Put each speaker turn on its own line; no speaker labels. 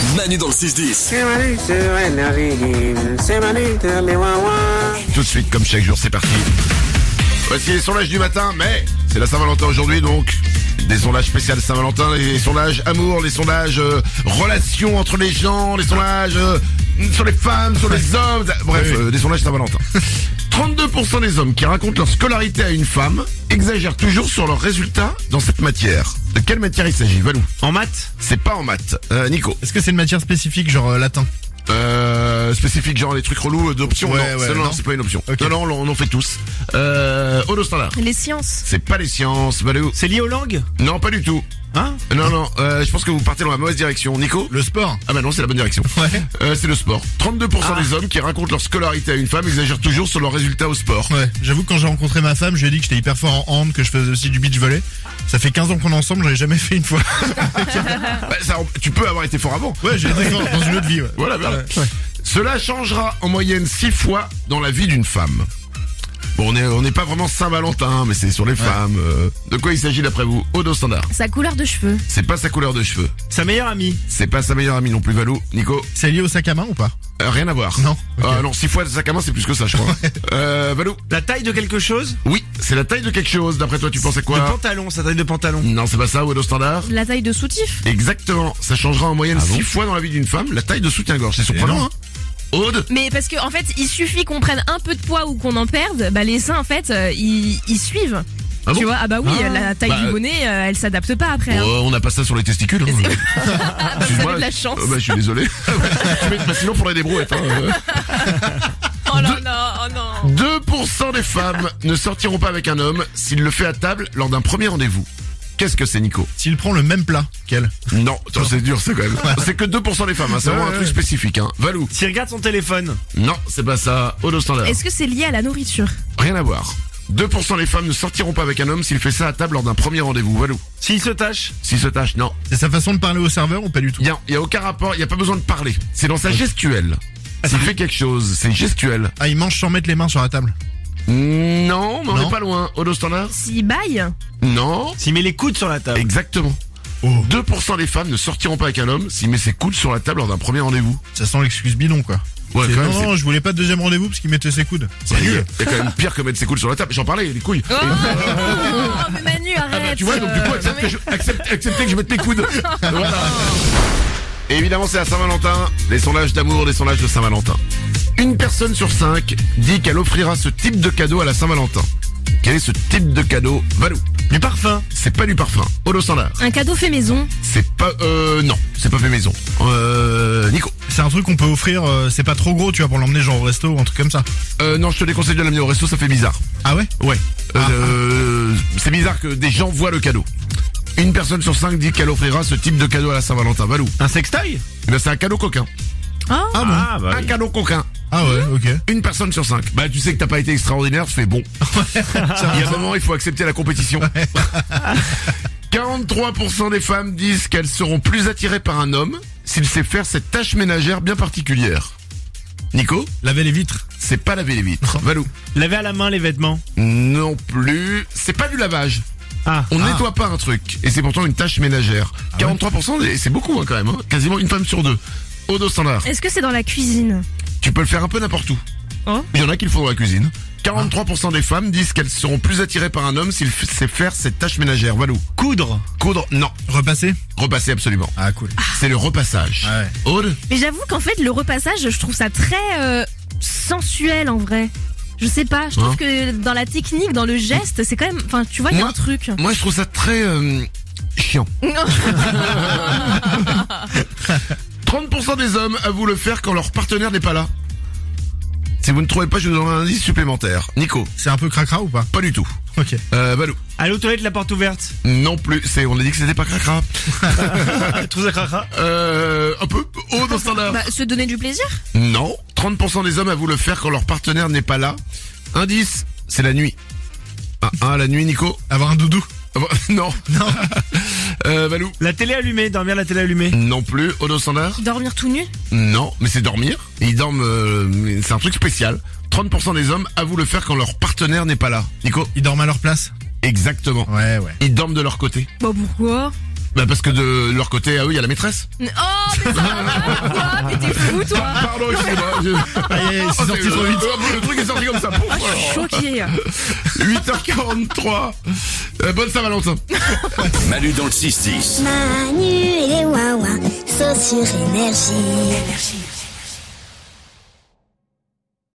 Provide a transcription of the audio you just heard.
Manu dans le 6-10.
C'est Manu sur Énergie, c'est Manu de mes wawa.
Tout de suite, comme chaque jour, c'est parti. Voici les sondages du matin, mais c'est la Saint-Valentin aujourd'hui, donc des sondages spéciaux Saint-Valentin, les sondages amour, les sondages relations entre les gens, les sondages sur les femmes, sur les hommes, bref, des sondages Saint-Valentin. 32% des hommes qui racontent leur scolarité à une femme exagèrent toujours sur leurs résultats dans cette matière. De quelle matière il s'agit, Valou?
En maths?
C'est pas en maths. Nico?
Est-ce que c'est une matière spécifique, genre latin?
Spécifique, genre les trucs relous d'options.
Ouais,
non, c'est pas une option.
Okay.
Non, on en fait tous. Odo standard.
Les sciences.
C'est pas les sciences, Valou.
C'est lié aux langues?
Non, pas du tout.
Hein?
Non, je pense que vous partez dans la mauvaise direction. Nico?
Le sport?
Ah bah non, c'est la bonne direction.
Ouais.
C'est le sport. 32% des hommes qui racontent leur scolarité à une femme exagèrent toujours sur leurs résultats au sport.
Ouais. J'avoue que quand j'ai rencontré ma femme, je lui ai dit que j'étais hyper fort en hand, que je faisais aussi du beach volley. Ça fait 15 ans qu'on est ensemble, j'en ai jamais fait une fois.
Tu peux avoir été fort avant.
Ouais, j'ai été fort dans une autre vie, ouais.
Voilà.
Ouais.
Cela changera en moyenne 6 fois dans la vie d'une femme. Bon, on n'est pas vraiment Saint-Valentin, mais c'est sur les femmes. De quoi il s'agit d'après vous? Odo standard.
Sa couleur de cheveux.
C'est pas sa couleur de cheveux.
Sa meilleure amie?
C'est pas sa meilleure amie non plus, Valou. Nico?
C'est lié au sac à main ou pas?
Rien à voir.
Non. Okay.
Non, 6 fois de sac à main, c'est plus que ça, je crois. Valou?
La taille de quelque chose?
Oui, c'est la taille de quelque chose. D'après toi, tu penses à quoi?
De pantalon, sa taille de pantalon.
Non, c'est pas ça, Odo standard.
La taille de soutif.
Exactement. Ça changera en moyenne 6 fois dans la vie d'une femme la taille de soutien-gorge. C'est surprenant,
non.
hein? Aude?
Mais parce que en fait, il suffit qu'on prenne un peu de poids ou qu'on en perde, bah les seins en fait, ils suivent.
Ah bon?
Tu vois, ah bah oui,
Ah.
la taille du bonnet, elle s'adapte pas après. Hein.
On n'a pas ça sur les testicules. Hein.
Bah, vous avez de la chance.
Je suis désolé. Sinon, faudrait des brouettes.
Oh là là, oh non.
2% des femmes ne sortiront pas avec un homme s'il le fait à table lors d'un premier rendez-vous. Qu'est-ce que c'est, Nico?
S'il prend le même plat qu'elle.
Non, attends, c'est dur, c'est quand même. C'est que 2% des femmes, hein. C'est vraiment un truc spécifique. Hein. Valou?
S'il regarde son téléphone?
Non, c'est pas ça. Odo standard.
Est-ce que c'est lié à la nourriture?
Rien à voir. 2% des femmes ne sortiront pas avec un homme s'il fait ça à table lors d'un premier rendez-vous. Valou?
S'il se tâche?
S'il se tâche, non.
C'est sa façon de parler au serveur ou pas du tout?
Il y a aucun rapport, il y a pas besoin de parler. C'est dans sa gestuelle. S'il fait quelque chose, c'est gestuel.
Ah, il mange sans mettre les mains sur la table?
Non, mais on
Non.
n'est pas loin. Odo standard?
S'il baille?
Non.
S'il met les coudes sur la table?
Exactement. 2% des femmes ne sortiront pas avec un homme s'il met ses coudes sur la table lors d'un premier rendez-vous.
Ça sent l'excuse bidon, quoi.
Ouais,
C'est,
quand même,
non, je voulais pas de deuxième rendez-vous parce qu'il mettait ses coudes. C'est nul.
Il y a quand même pire que mettre ses coudes sur la table. J'en parlais, les couilles.
Oh, mais Manu, arrête.
Tu vois, donc du coup, acceptez que je mette mes coudes. Voilà. Et évidemment, c'est à Saint-Valentin. Les sondages d'amour, les sondages de Saint-Valentin. Une personne sur 5 dit qu'elle offrira ce type de cadeau à la Saint-Valentin. Quel est ce type de cadeau, Valou?
Du parfum?
C'est pas du parfum. Odo standard.
Un cadeau fait maison.
C'est pas, non, c'est pas fait maison. Nico.
C'est un truc qu'on peut offrir, c'est pas trop gros, tu vois, pour l'emmener genre au resto ou un truc comme ça.
Non, je te déconseille de l'amener au resto, ça fait bizarre.
Ah ouais?
Ouais. C'est bizarre que des gens voient le cadeau. Une personne sur 5 dit qu'elle offrira ce type de cadeau à la Saint-Valentin. Valou?
Un sextoy?
Eh ben, c'est un cadeau coquin.
Ah.
Ah bon?
bah
Un
oui.
cadeau coquin.
Ah ouais, ok.
Une personne sur 5. Bah, tu sais que t'as pas été extraordinaire, tu fais bon. Il y a un moment, il faut accepter la compétition. 43% des femmes disent qu'elles seront plus attirées par un homme s'il sait faire cette tâche ménagère bien particulière. Nico?
Laver les vitres.
C'est pas laver les vitres. Valou?
Laver à la main les vêtements?
Non plus. C'est pas du lavage.
Ah.
On nettoie pas un truc. Et c'est pourtant une tâche ménagère. 43%, et c'est beaucoup hein, quand même. Hein. Quasiment une femme sur 2. Odo standard.
Est-ce que c'est dans la cuisine?
Tu peux le faire un peu n'importe où.
Oh.
Il y en a qui le font dans la cuisine. 43% des femmes disent qu'elles seront plus attirées par un homme s'il sait faire cette tâche ménagère. Valou?
Coudre?
Coudre? Non.
Repasser?
Repasser absolument.
Ah cool.
C'est le repassage.
Ah ouais.
Aude?
Mais j'avoue qu'en fait, le repassage, je trouve ça très sensuel en vrai. Je sais pas, je trouve
Hein
que dans la technique, dans le geste, c'est quand même... Enfin, tu vois, il y a un truc.
Moi, je trouve ça très chiant. 30% des hommes avouent le faire quand leur partenaire n'est pas là. Si vous ne trouvez pas, je vous donne un indice supplémentaire. Nico?
C'est un peu cracra ou pas?
Pas du tout.
Ok.
Valou?
Aller aux toilettes la porte ouverte?
Non plus. On a dit que c'était pas cracra.
Tu trouves ça cracra?
Un peu. Dans ce standard.
Bah, se donner du plaisir?
Non. 30% des hommes avouent le faire quand leur partenaire n'est pas là. Indice, c'est la nuit. La nuit, Nico?
Avoir un doudou?
Non.
Non.
Valou?
La télé allumée, dormir la télé allumée?
Non plus. Odo standard?
Dormir tout nu?
Non, mais c'est dormir. Ils dorment, c'est un truc spécial. 30% des hommes avouent le faire quand leur partenaire n'est pas là. Nico?
Ils dorment à leur place?
Exactement.
Ouais.
Ils dorment de leur côté.
Bah pourquoi?
Bah parce que de leur côté, à eux, il y a la maîtresse.
Oh, mais ça va pas, quoi. Mais t'es fou, toi.
Pardon, excusez-moi.
C'est sorti trop vite.
Le truc est sorti comme ça. Pouf,
Je suis choquée.
8h43. Bonne Saint-Valentin.
Manu dans le 6-10.
Manu et les Wawa sont sur Énergie.